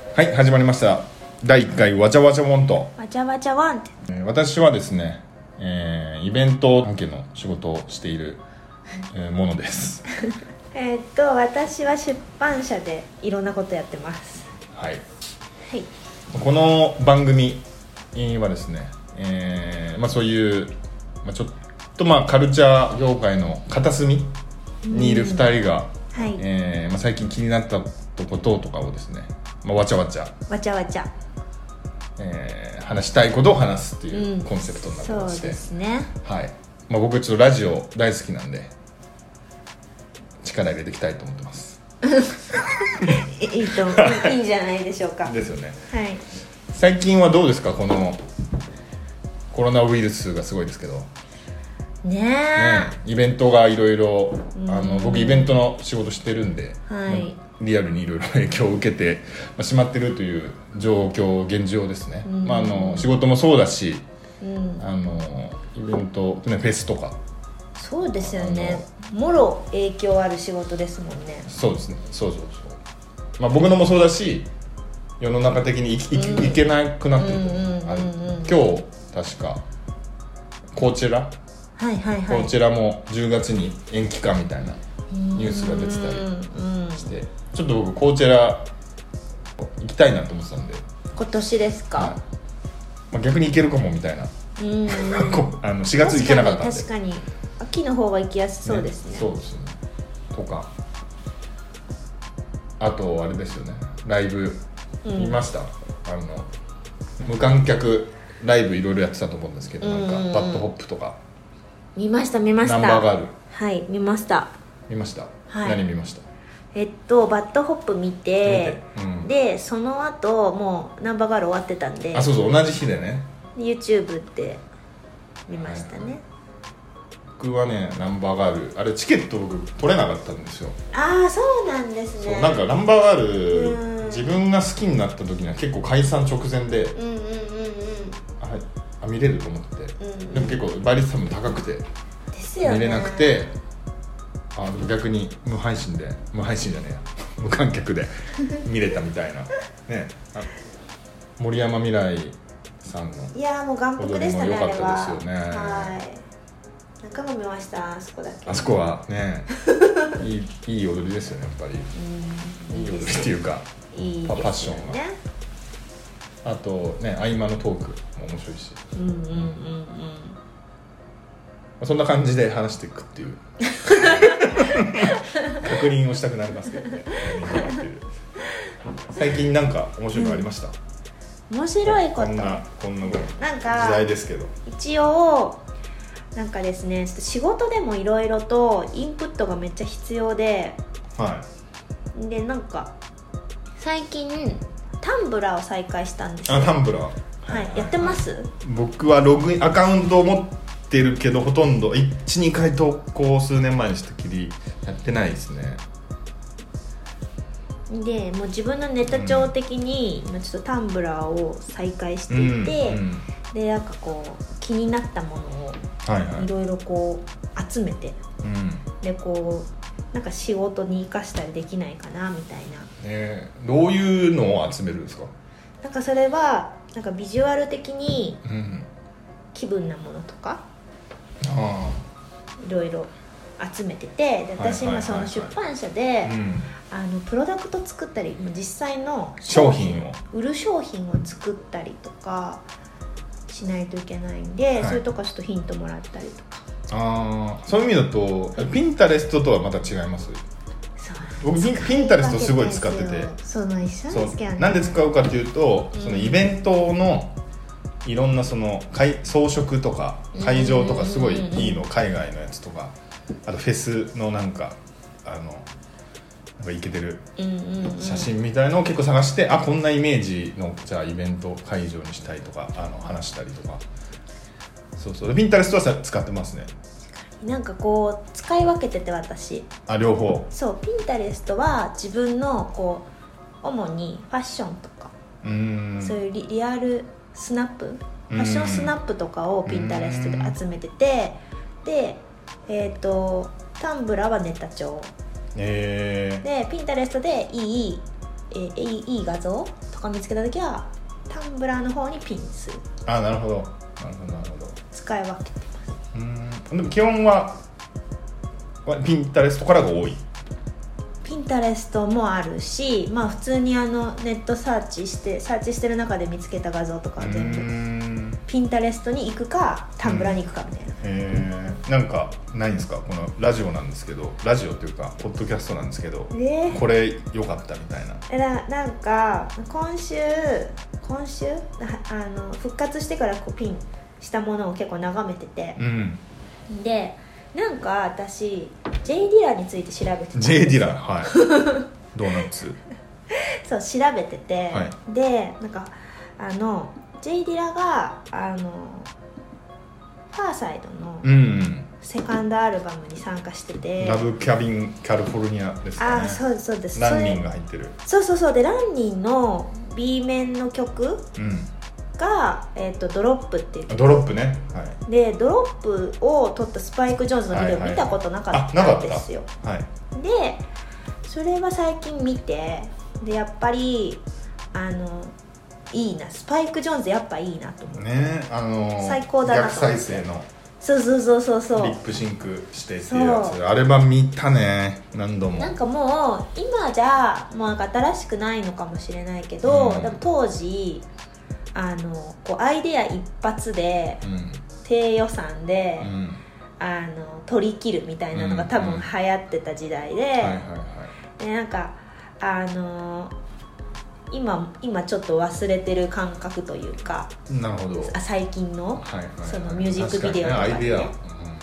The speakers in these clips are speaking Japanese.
はい、始まりました。第1回わちゃわちゃウォンとわちゃわちゃワンって。 私はですね、イベント関係の仕事をしている、ものです私は出版社でいろんなことやってます。 はい、 はい。 この番組はですね、そういう、ちょっとカルチャー業界の片隅にいる2人が、 はい。 最近気になったこととかをですね、わちゃわちゃ、話したいことを話すっていうコンセプトになってまして、 そうですね。 はい。僕ちょっとラジオ大好きなんで力入れていきたいと思ってますいいんじゃないでしょうか。 ですよね。 はい。 最近はどうですか、このコロナウイルスがすごいですけどねイベントがいろいろ、僕イベントの仕事してるんで、 はい、 リアルにいろいろ影響を受けてしまってるという状況、現状ですね。仕事もそうだし、イベント、フェスとか。 そうですよね。もろ影響ある仕事ですもんね。 そうですね。そう、僕のもそうだし、世の中的にいけなくなってると思う。今日確かコーチェラ、コーチェラも10月に延期かみたいなニュースが出てたりして、ちょっと僕コーチェラ行きたいなと思ってたんで。 今年ですか？ はい、逆に行けるかもみたいな4月行けなかったんで。 確かに秋の方が行きやすそうですね。 そうですよね。とか、あとあれですよね、ライブ見ました？無観客ライブいろいろやってたと思うんですけど、なんかバッドホップとか見ました。 ナンバーガール、 はい、見ました。はい、 何見ました？ バッドホップ見て、でその後もうナンバーガール終わってたんで、 そう同じ日でね YouTube で見ましたね。 僕はね、ナンバーガールあれチケット僕取れなかったんですよ。 そうなんですね。 なんかナンバーガール自分が好きになった時には結構解散直前で、見れると思って、でも結構倍率多分高くてですよね、 見れなくて、逆に無観客で見れたみたいなね。森山未來さんのいやもう眼福でしたね。 踊りも良かったですよね。 はい。中も見ました。あそこだけ。 あそこはねいい踊りですよね、やっぱり。いい踊りっていうか、 いいパッションが、あとね、合間のトークも面白いし、そんな感じで話していくっていう確認をしたくなりますけどね最近なんか面白いのありました？ 面白いこと、 こんななんか時代ですけど、 一応なんかですね、仕事でもいろいろとインプットがめっちゃ必要で、でなんか最近タンブラーを再開したんですよ。 タンブラー、 やってます？ 僕はログインアカウントを持ってるけど、ほとんど 1,2 回投稿数年前にしたきりやってないですね。 でもう自分のネタ帳的にちょっとタンブラーを再開していて、でなんかこう気になったものをいろいろこう集めて、でこうなんか仕事に生かしたりできないかなみたいな。 どういうのを集めるんですか？ なんかそれはなんかビジュアル的に気分なものとかいろいろ集めてて、で私今その出版社でプロダクト作ったり、実際の商品を売る商品を作ったりとかしないといけないんで、それとかちょっとヒントもらったりとか。 そういう意味だとピンタレストとはまた違います？僕ピンタレストすごい使ってて、 その一緒ですけどね。 なんで使うかというと、そのイベントのいろんなその装飾とか会場とかすごいいいの、海外のやつとか、あとフェスのなんかイケてる写真みたいのを結構探して、こんなイメージのじゃあイベント会場にしたいとか、話したりとか。そうピンタレストは使ってますね。 なんかこう使い分けてて、私両方。 そう、ピンタレストは自分のこう主にファッションとか、そういうリアルスナップ、ファッションスナップとかをピンタレストで集めてて、でタンブラーはネタ帳、でピンタレストでいいいい画像とか見つけた時はタンブラーの方にピンする。 なるほど使い分けてます。 でも基本はピンタレストからが多い。 ピンタレストもあるし、まあ普通にネットサーチしてる中で見つけた画像とかは全部ピンタレストに行くかタンブラーに行くかみたいな。なんかないんですか、このラジオなんですけど、ラジオっていうかポッドキャストなんですけど、これ良かったみたいな。 なんか今週復活してからこうピンしたものを結構眺めてて、でなんか私 J ディラについて調べてたんですよ。 J ディラ、はいドーナツそう調べてて、はい、でなんかJ ディラがファーサイドのセカンドアルバムに参加してて、 ラブキャビンカリフォルニアですかね。 そうです。 ランニンが入ってる。 そうでランニンの B 面の曲が、ドロップっていう曲。 ドロップね、はい、 でドロップを撮ったスパイク・ジョーンズのビデオ見たことなかったんですよ、 はい、 でそれは最近見て、でやっぱりいいな、スパイク・ジョーンズやっぱいいなと思ってね、最高だなと思って。 逆再生のそうリップシンクしてっていうやつ、あれは見たね、何度も。 なんかもう今じゃもうなんか新しくないのかもしれないけど、でも当時こうアイデア一発で、低予算で、取り切るみたいなのが多分流行ってた時代で、なんか今ちょっと忘れてる感覚というか、 なるほど、 最近の、そのミュージックビデオとかで、ね、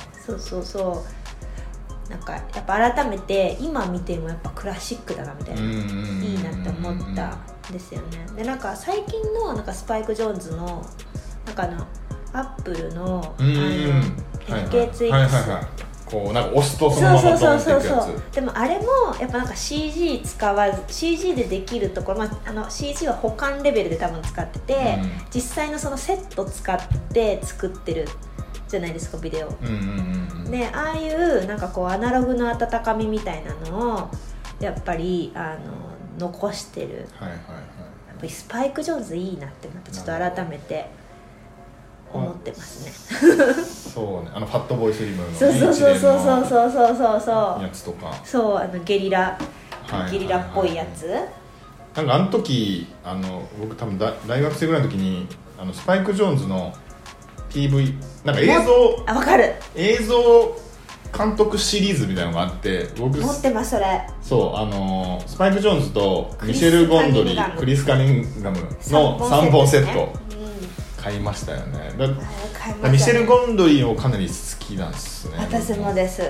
そうなんかやっぱ改めて今見てもやっぱクラシックだなみたいな、いいなって思ったんですよね。でなんか最近のなんかスパイク・ジョーンズのなんかアップルのFK2X、 こうなんか押すとそのままドンっていくやつ。 でもあれもやっぱなんか CG 使わず CG でできるところ、CG は保管レベルで多分使ってて、実際のそのセット使って作ってるじゃないですかビデオ、でああいうなんかこうアナログの温かみみたいなのをやっぱり残してる、やっぱりスパイク・ジョーンズいいなってまたちょっと改めて思ってますね。 そうね、ファットボーイスリムのそうやつとか、 そうゲリラっぽいやつ。 なんか時僕多分大学生ぐらいの時にスパイク・ジョーンズの PV なんかわかる映像監督シリーズみたいなのがあって、僕持ってますそれ。 そうスパイク・ジョーンズとミシェル・ゴンドリー、クリス・カニンガムの3本セット買いましたよね。ミシェル・ゴンドリーをかなり好きなんですね。 私もです。 や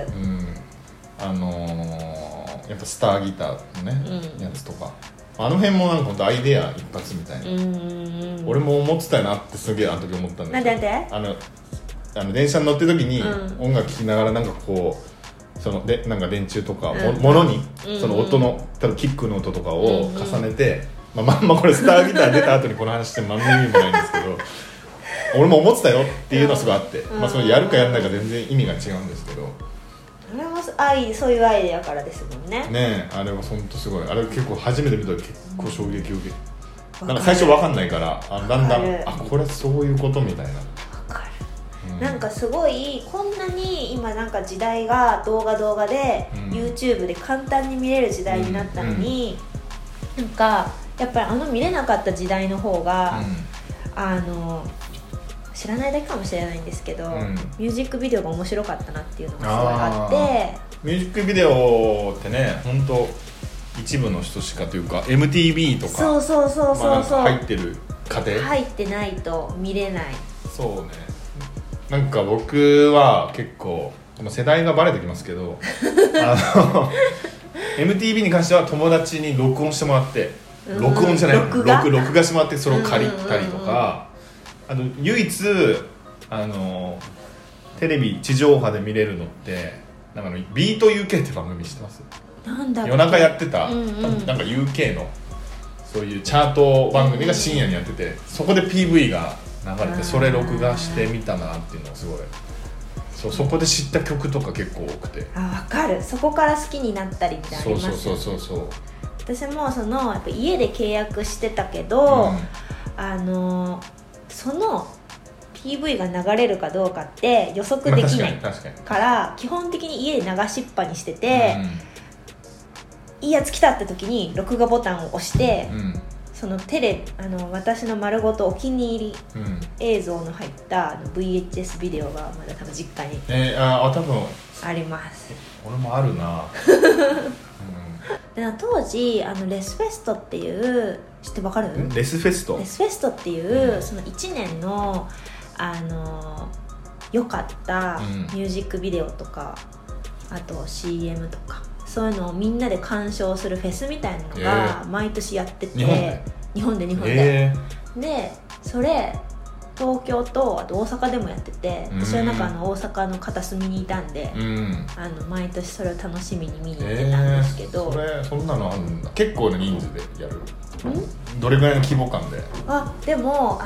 っぱスターギターのね、やつとかあの辺もなんか本当アイデア一発みたいな、俺も思ってたよなってすげえあの時思ったんですよ。なんで電車に乗ってる時に音楽聴きながらなんかこうなんか電柱とかものにその音の多分キックの音とかを重ねて、まんまこれスターギター出た後にこの話して何の意味もないんですけど俺も思ってたよっていうのがすごいあって、それやるかやらないか全然意味が違うんですけど、 あれもそういうアイデアからですもんね。 あれは本当すごい。あれ結構初めて見たら結構衝撃を受け、なんか最初分かんないからだんだんこれそういうことみたいな。 なんかすごいこんなに今なんか時代が動画で、YouTube で簡単に見れる時代になったのに、なんかやっぱり見れなかった時代の方が、知らないだけかもしれないんですけど、ミュージックビデオが面白かったなっていうのがすごいあって、 ミュージックビデオってね本当一部の人しかというか MTV とか入ってる家庭入ってないと見れない。 そうね、なんか僕は結構世代がバレてきますけどMTV に関しては友達に録音してもらって、録音じゃない録画してもらってそれを借りたりとか、唯一テレビ地上波で見れるのってなんかビート UK って番組知ってます？ なんだっけ、 夜中やってた、なんか UK のそういうチャート番組が深夜にやってて、そこで PV が流れてそれ録画してみたなっていうのがすごい、そこで知った曲とか結構多くて、 分かる。そこから好きになったりみたいなありますよね。 そう私もそのやっぱ家で契約してたけど、その PV が流れるかどうかって予測できないから基本的に家で流しっぱにしてて、いいやつ来たって時に録画ボタンを押して、その私の丸ごとお気に入り映像の入ったVHS ビデオがまだ多分実家に多分あります。 俺もあるなで当時レスフェストっていう知ってわかる？ レスフェストっていうその1年の良かったミュージックビデオとか、あと CM とかそういうのをみんなで鑑賞するフェスみたいなのが毎年やってて、日本ででそれ東京とあと大阪でもやってて、私はなんか大阪の片隅にいたんで、毎年それを楽しみに見に行ってたんですけど、 そんなのあるんだ。結構な人数でやる？どれぐらいの規模感で？ でも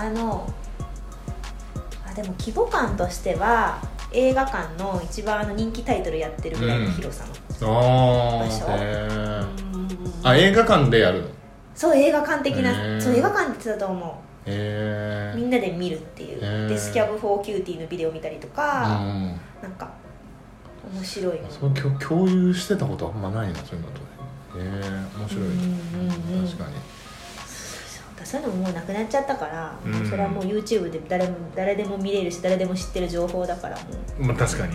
でも規模感としては映画館の一番人気タイトルやってるぐらいの広さの場所。 映画館でやるの？そう、映画館的な、そう映画館って言ってたと思う。みんなで見るっていう、デスキャブ4キューティーのビデオ見たりとか、なんか面白いの。 それ共有してたことあんまないな、そういうのと。面白い。確かに。 そういうのももうなくなっちゃったから、それはもう YouTube で誰でも見れるし、誰でも知ってる情報だからもう。 確かに。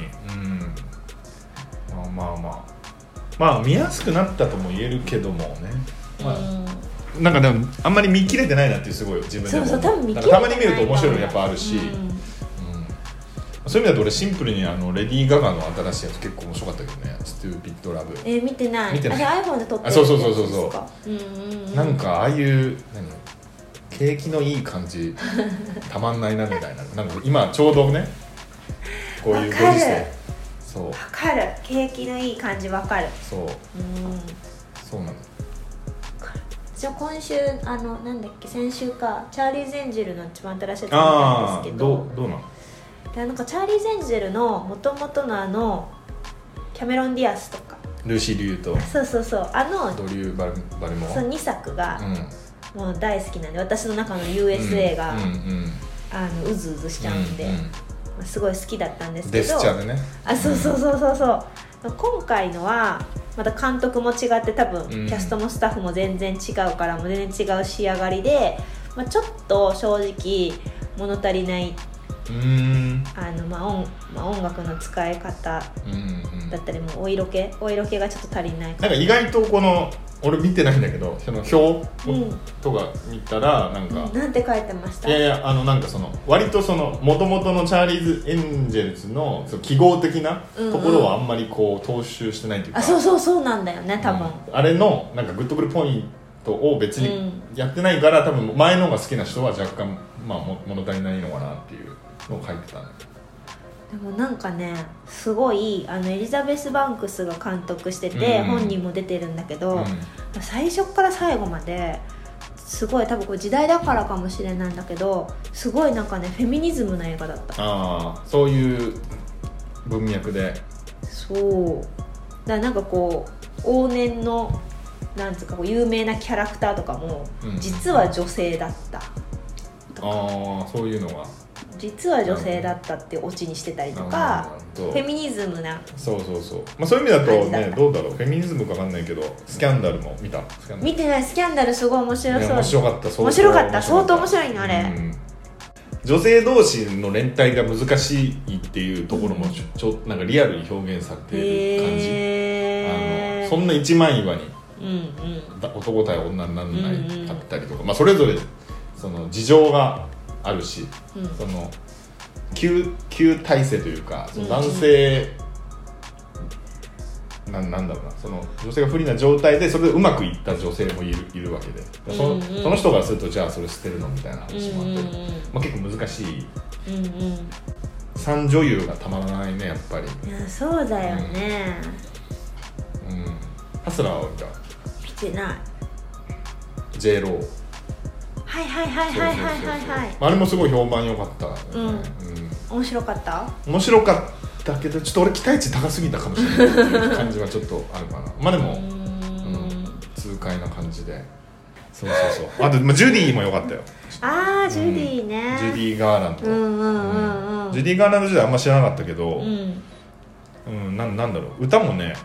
まあ見やすくなったとも言えるけどもね。なんかでもあんまり見切れてないなっていうすごい自分でも。 多分見切れてない。 たまに見ると面白いのやっぱあるし。そういう意味だと俺シンプルにレディー・ガガの新しいやつ結構面白かったけどね。ストゥーピッド・ラブ。 見てない。iPhone で撮ってる。 そう。なんかああいう景気のいい感じたまんないなみたいな。なんか今ちょうどねこういうご時世。 わかる。景気のいい感じわかる。 そうなの。 じゃあ今週なんだっけ、先週かチャーリー・ゼンジェルの一番新しいやつ見たんですけど、 どうなの？ なんかチャーリー・ゼンジェルの元々のキャメロン・ディアスとかルーシー・リュウとそうドリュー・バルモア、 その2作がもう大好きなんで、私の中の USA がうずうずしちゃうんで、すごい好きだったんですけど、 デスチャでね。 そう今回のはまた監督も違って多分キャストもスタッフも全然違うからもう全然違う仕上がりで、ちょっと正直物足りない音楽の使い方だったりもお色気がちょっと足りないかなんか意外とこの俺見てないんだけどその表とか見たらなんて書いてました？ なんかその割とその元々のチャーリーズ・エンジェルスの記号的なところはあんまりこう踏襲してないというか、 そうなんだよね多分、 あれのなんかグッとくるポイントを別にやってないから、多分前のが好きな人は若干物足りないのかなっていうのを書いてたね。 でもなんかねすごいエリザベス・バンクスが監督してて、本人も出てるんだけど、最初から最後まですごい多分これ時代だからかもしれないんだけど、すごいなんかねフェミニズムな映画だった。 そういう文脈で。 そうだからなんかこう往年のなんつうかこう有名なキャラクターとかも、実は女性だったとか、 そういうのが実は女性だったってオチにしてたりとか、フェミニズムなそういう意味だとね、どうだろう、フェミニズムか分かんないけどスキャンダルも見た？ 見てない。スキャンダルすごい面白そう。 面白かった。 相当面白いねあれ、 女性同士の連帯が難しいっていうところもなんかリアルに表現されている感じ、そんな一枚岩に男対女にならないかったりとか、それぞれその事情があるし、その旧体制というか、その男性、なんだろうな、その女性が不利な状態でそれでうまくいった女性もいるわけで、その人からするとじゃあそれ捨てるのみたいな話もあって、結構難しい、三女優がたまらないねやっぱり。 いやそうだよね。 ハスラーは見てない。 J ロー、 はいあれもすごい評判良かった、 面白かった？ 面白かったけどちょっと俺期待値高すぎたかもしれないっていう感じはちょっとあるかな。でも、痛快な感じで、そうあと、ジュディも良かったよ。 ジュディね、 ジュディ・ガーランド、ジュディ・ガーランド時代あんま知らなかったけど、なんだろう、歌もね、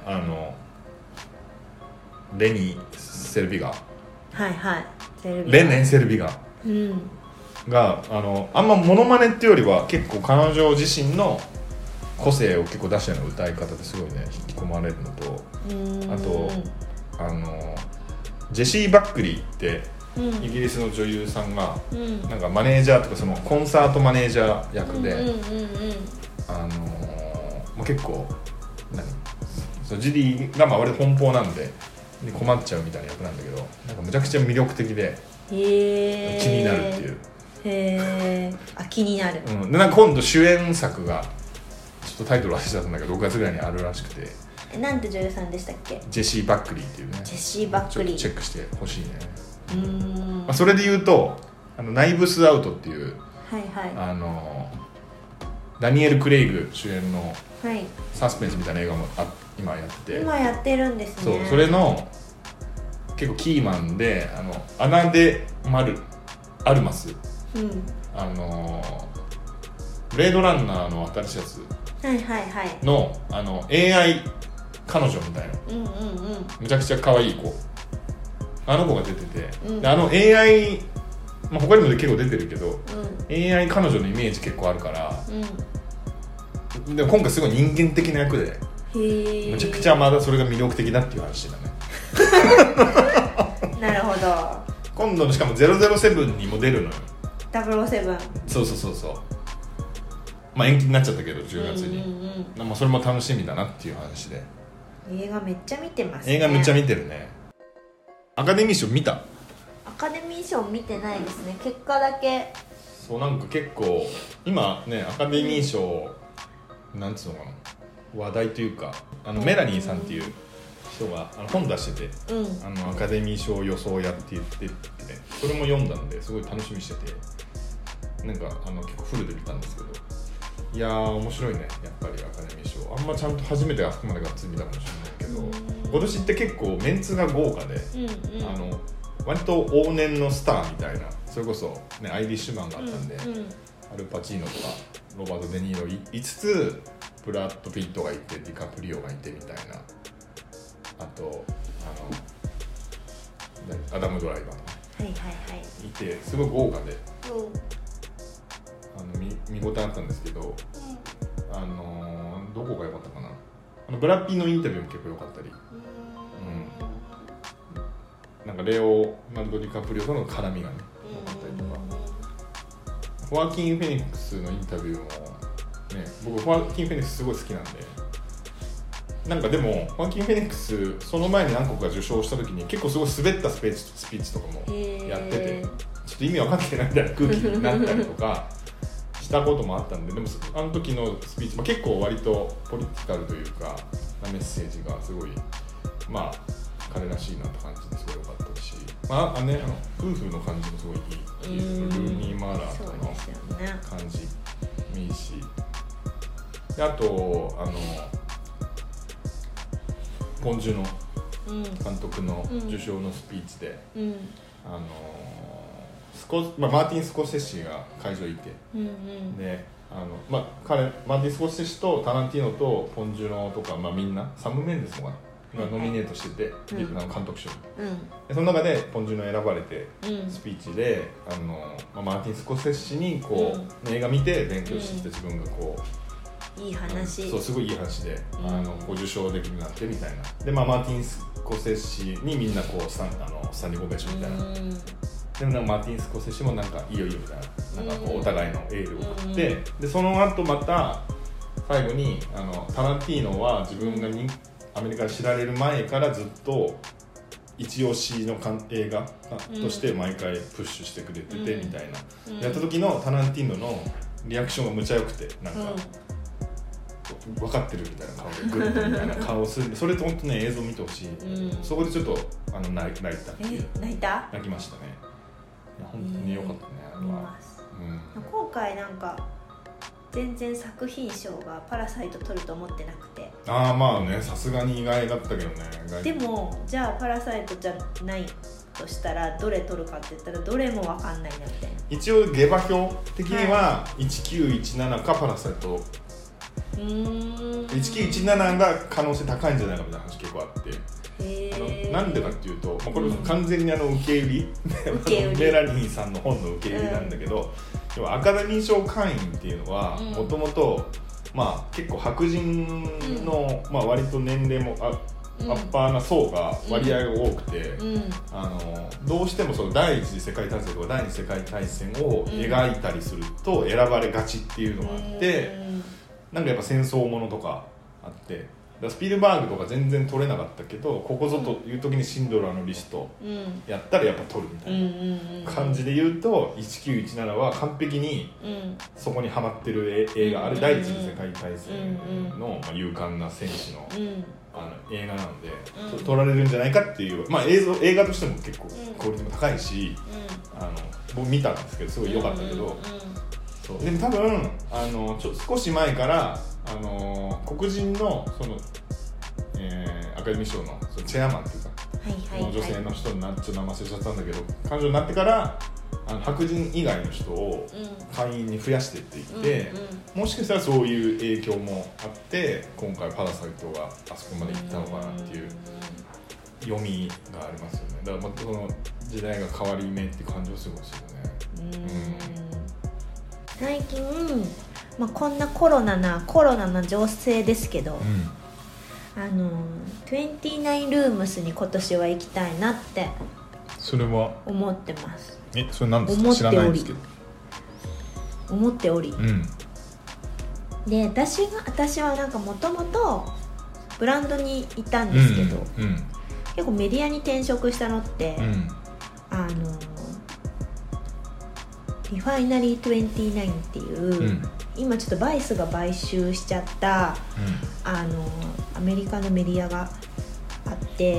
レニー・セルビガ、レネ・セルビガ、があんまモノマネっていうよりは結構彼女自身の個性を結構出したような歌い方ですごいね引き込まれるのと、あとジェシー・バックリーってイギリスの女優さんがなんかマネージャーとかそのコンサートマネージャー役で結構ジュディが割と奔放なんで困っちゃうみたいな役なんだけど、なんかむちゃくちゃ魅力的で気になるっていう。 気になる、 でなんか今度主演作がちょっとタイトル忘れちゃったんだけど6月ぐらいにあるらしくて、 なんて女優さんでしたっけ？ ジェシー・バックリーっていうね。 ジェシー・バックリーちょっとチェックしてほしいね。それで言うとナイブス・アウトっていう、ダニエル・クレイグ主演のサスペンスみたいな映画も今やってるんですね。 そう、それの結構キーマンでアナ・デ・アルマス、ブレードランナーの新しいやつの、AI 彼女みたいな、めちゃくちゃ可愛い子、あの子が出てて、AI、他にも結構出てるけど、AI 彼女のイメージ結構あるから、でも今回すごい人間的な役でめちゃくちゃまだそれが魅力的だっていう話だね。 なるほど。 今度のしかも007にも出るのよ。 007。 そう延期になっちゃったけど10月に、それも楽しみだなっていう話で。 映画めっちゃ見てますね。 映画めっちゃ見てるね。アカデミー賞見た？ アカデミー賞見てないですね、結果だけ。 そう、なんか結構今ねアカデミー賞、なんつうのかな、話題というかメラニーさんっていう人が本出してて、アカデミー賞予想やって言ってて、それも読んだんですごい楽しみにしてて、なんか結構フルで見たんですけど、いやー面白いねやっぱりアカデミー賞。あんまちゃんと初めてあそこまでがっつり見たかもしれないけど、今年って結構メンツが豪華で、割と往年のスターみたいな、それこそ、ね、アイリッシュマンがあったんで、アルパチーノとかロバート・デ・ニーロいつつブラッド・ピットがいてディカプリオがいてみたいな、あとアダム・ドライバーとかいて、すごい豪華で、見応えあったんですけど、どこが良かったかな、ブラッピーのインタビューも結構良かったり、なんかレオナルド・ディカプリオとの絡みがね良かったりとか、ホアキン・フェニックスのインタビューもね、僕ホアキン・フェニックスすごい好きなんで、なんかでもホアキン・フェニックスその前に何個か受賞した時に結構すごい滑ったスピーチとかもやってて、ちょっと意味わかってないみたいな空気になったりとかしたこともあったんで、でもあの時のスピーチも結構割とポリティカルというかなメッセージがすごい彼らしいなって感じですごい良かったし、夫婦の感じもすごいいい、ルーニー・マーラーとの感じもいいし、であとポン・ジュノ監督の受賞のスピーチで、マーティン・スコセッシが会場にいて、でマーティン・スコセッシとタランティーノとポン・ジュノとか、みんなサム・メンデスもかながノミネートしてて、監督賞に、でその中でポン・ジュノ選ばれて、スピーチでマーティン・スコセッシに映画見て勉強してきた自分がいい話、 すごいいい話で、受賞できるようになってみたいな、でマーティン・スコセッシにみんなスタンディングオベーションみたいな、でもマーティン・スコセッシもなんかいいよいいよみたいな、なんかお互いのエールを送って、でその後また最後にタランティーノは自分がアメリカで知られる前からずっと一押しの映画として毎回プッシュしてくれててみたいな、やった時のタランティーノのリアクションがむちゃ良くて、なんか、分かってるみたいな顔でグッとみたいな顔をする。それと本当ね映像見てほしい、そこでちょっと泣いたっていう。泣きましたね。いや本当に良かったね。 見ます、今回なんか全然作品賞がパラサイト取ると思ってなくて。 まあね、さすがに意外だったけどね。 でもじゃあパラサイトじゃないとしたらどれ取るかって言ったらどれも分かんないなみたいな。 一応下馬評的には1917かパラサイト、1917が可能性高いんじゃないかみたいな話結構あって、なんでかっていうと、これ完全に受け売りメラニーさんの本の受け売りなんだけど、要はアカデミー賞会員っていうのはもともと結構白人の、割と年齢もアッパーな層が割合が多くて、どうしてもその第一次世界大戦とか第二次世界大戦を描いたりすると選ばれがちっていうのがあって、なんかやっぱ戦争ものとかあって、スピルバーグとか全然取れなかったけど、ここぞという時にシンドラーのリストやったらやっぱ取るみたいな感じで言うと、1917は完璧にそこにはまってる映画、あれ第一次世界大戦の勇敢な戦士の映画なので、取られるんじゃないかっていう、映画としても結構クオリティも高いし、僕見たんですけどすごい良かったけど、でも多分少し前から黒人のその、アカデミー賞のそのチェアマンっていうか、女性の人にちょっと名前忘れちゃったんだけど、彼女になってから白人以外の人を会員に増やしていっていって、もしかしたらそういう影響もあって今回パラサイトがあそこまで行ったのかなっていう読みがありますよね。だからその時代が変わり目って感じはするんですよね。 最近、こんなコロナな情勢ですけど、29ルームスに今年は行きたいなってそれは思ってます。 それ何ですか？知らないんですけど。 思っており、で私はなんかもともとブランドにいたんですけど、結構メディアに転職したのって、リファイナリー29っていう、今ちょっとバイスが買収しちゃった、アメリカのメディアがあって、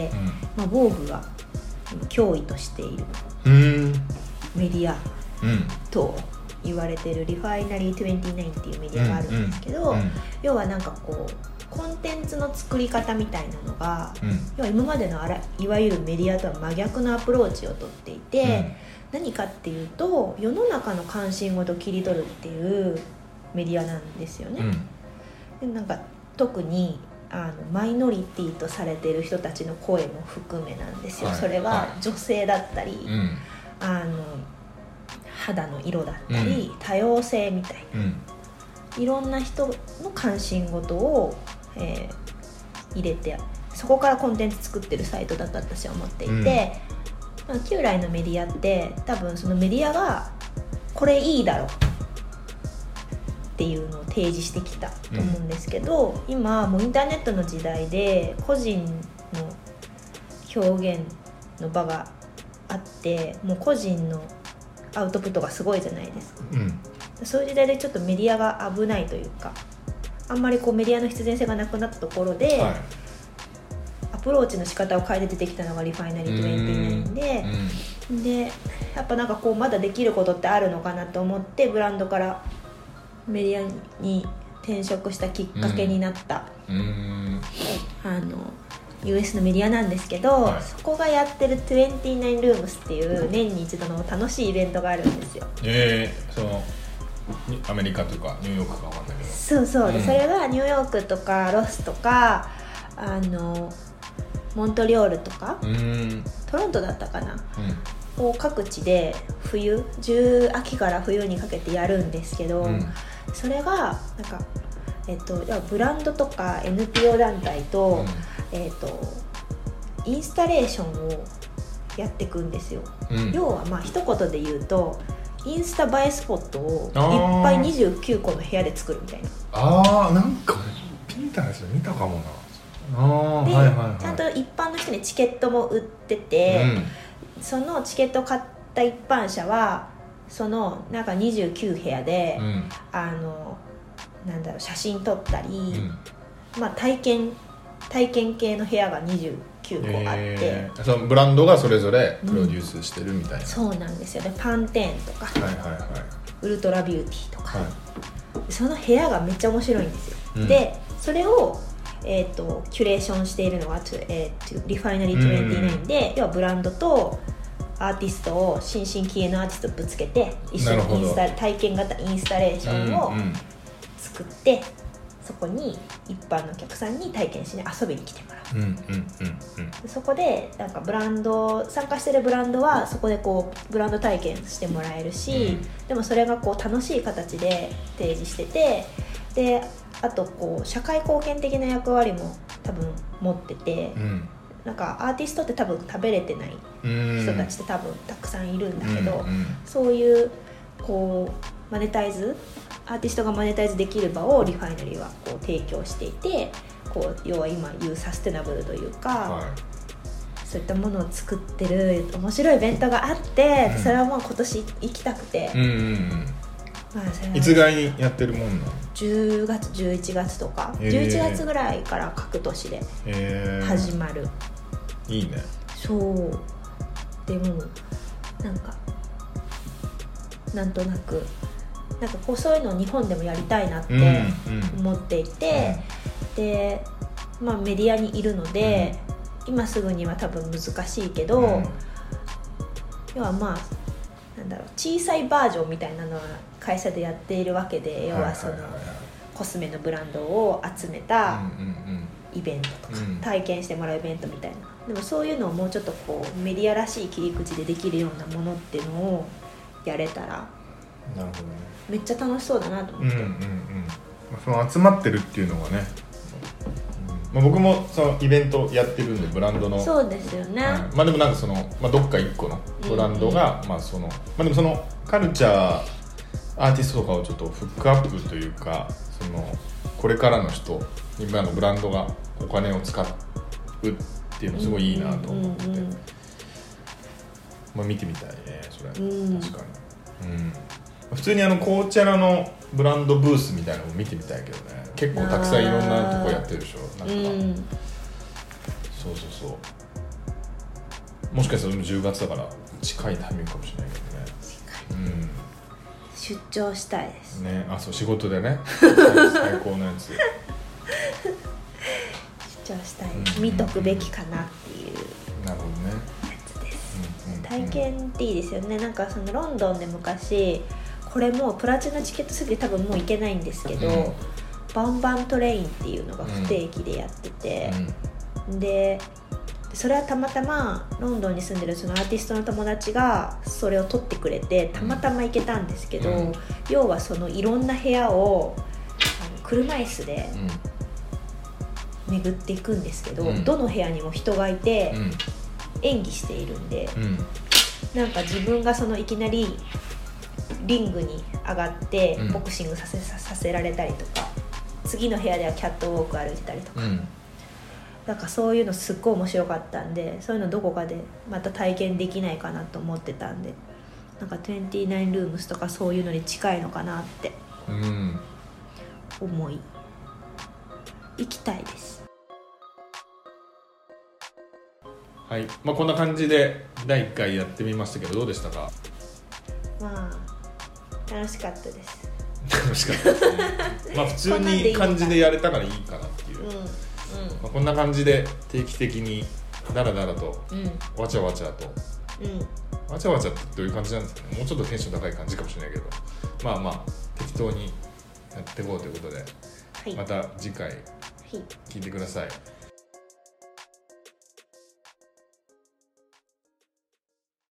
ヴォーグが脅威としているメディアと言われているリファイナリー29っていうメディアがあるんですけど、要はなんかこうコンテンツの作り方みたいなのが、要は今までのいわゆるメディアとは真逆のアプローチをとっていて、何かっていうと世の中の関心事を切り取るっていうメディアなんですよね。でなんか特にマイノリティとされている人たちの声も含めなんですよ。それは女性だったり、肌の色だったり、多様性みたいな、いろんな人の関心事を、入れて、そこからコンテンツ作ってるサイトだと私は思っていて、旧来のメディアって多分そのメディアがこれいいだろうっていうのを提示してきたと思うんですけど、今もうインターネットの時代で個人の表現の場があって、もう個人のアウトプットがすごいじゃないですか、そういう時代でちょっとメディアが危ないというか、あんまりこうメディアの必然性がなくなったところで、アプローチの仕方を変えて出てきたのがリファイナリー29で、でやっぱなんかこうまだできることってあるのかなと思ってブランドからメディアに転職したきっかけになった、US のメディアなんですけど、そこがやってる29ルームスっていう年に一度の楽しいイベントがあるんですよ。 そのアメリカとかニューヨークかわかんないけど、 そうで、それがニューヨークとかロスとかモントリオールとか、トロントだったかな、を各地で秋から冬にかけてやるんですけど、それがなんか、ブランドとか NPO 団体と、インスタレーションをやっていくんですよ、要は一言で言うとインスタ映えスポットをいっぱい29個の部屋で作るみたいな。 なんかピンタレスト見たかもな。 で、ちゃんと一般の人にチケットも売ってて、そのチケットを買った一般者はそのなんか29部屋で、なんだろう、写真撮ったり、体験系の部屋が29個あって、 そのブランドがそれぞれプロデュースしてるみたいな、 そうなんですよね。パンテーンとか、ウルトラビューティーとか、 その部屋がめっちゃ面白いんですよ、うん、でそれを、キュレーションしているのが、リファイナリー29で、要はブランドとアーティストを新進気鋭のアーティストをぶつけて一緒に体験型インスタレーションを作って、そこに一般のお客さんに体験しに遊びに来てもらう、そこでなんかブランド参加してるブランドはそこでこうブランド体験してもらえるし、でもそれがこう楽しい形で提示してて、であとこう社会貢献的な役割も多分持ってて、なんかアーティストって多分食べれてない人たちって多分たくさんいるんだけど、そういうこうマネタイズ、アーティストがマネタイズできる場をリファイナリーはこう提供していて、こう要は今言うサステナブルというか、そういったものを作ってる面白いイベントがあって、それはもう今年行きたくて、 まあ、それはいつぐらいにやってるもんなの ？10月11月とか、11月ぐらいから各都市で始まる、 いいね。 そうでもなんとなくこうそういうのを日本でもやりたいなって思っていて、で、まあ、メディアにいるので、今すぐには多分難しいけど、要はまあ小さいバージョンみたいなのは会社でやっているわけで、要はそのコスメのブランドを集めたイベントとか、体験してもらうイベントみたいな、でもそういうのをもうちょっとこうメディアらしい切り口でできるようなものっていうのをやれたら、 なるほどね、 めっちゃ楽しそうだなと思って、 その集まってるっていうのがね、まあ、僕もそのイベントやってるんでブランドの、 そうですよね、 まあでもなんかその、まあ、どっか1個のブランドが、まあそのまあでもそのカルチャーアーティストとかをちょっとフックアップというか、そのこれからの人にブランドがお金を使うっていうのすごいいいなと思って、まあ、見てみたいねそれ、確かに、普通に紅茶のブランドブースみたいなのも見てみたいけどね、結構たくさんいろんなとこやってるでしょ、なんか、そうもしかしたら10月だから近いタイミングかもしれないけどね、 出張したいですね。あ、そう仕事でね最高のやつ出張したいです、見とくべきかなっていうなるほどねやつです、体験っていいですよね。なんかそのロンドンで昔、これもうプラチナチケットすぎて多分もう行けないんですけど、バンバントレインっていうのが不定期でやってて、でそれはたまたまロンドンに住んでるそのアーティストの友達がそれを取ってくれてたまたま行けたんですけど、要はそのいろんな部屋を車椅子で巡っていくんですけど、どの部屋にも人がいて演技しているんで、なんか自分がそのいきなりリングに上がってボクシングさせられたりとか、次の部屋ではキャットウォーク歩いてたりとか、なんかそういうのすっごい面白かったんで、そういうのどこかでまた体験できないかなと思ってたんで、なんか29ルームスとかそういうのに近いのかなって思い、行きたいです。 はい、まあ、こんな感じで第1回やってみましたけど、どうでしたか？ まあ楽しかったです。 楽しかったですねまあ普通に感じでやれたらいいかなっていう、まあ、こんな感じで定期的にダラダラと、わちゃわちゃと、わちゃわちゃってどういう感じなんですかね。もうちょっとテンション高い感じかもしれないけど、まあまあ適当にやっていこうということで、また次回聞いてください。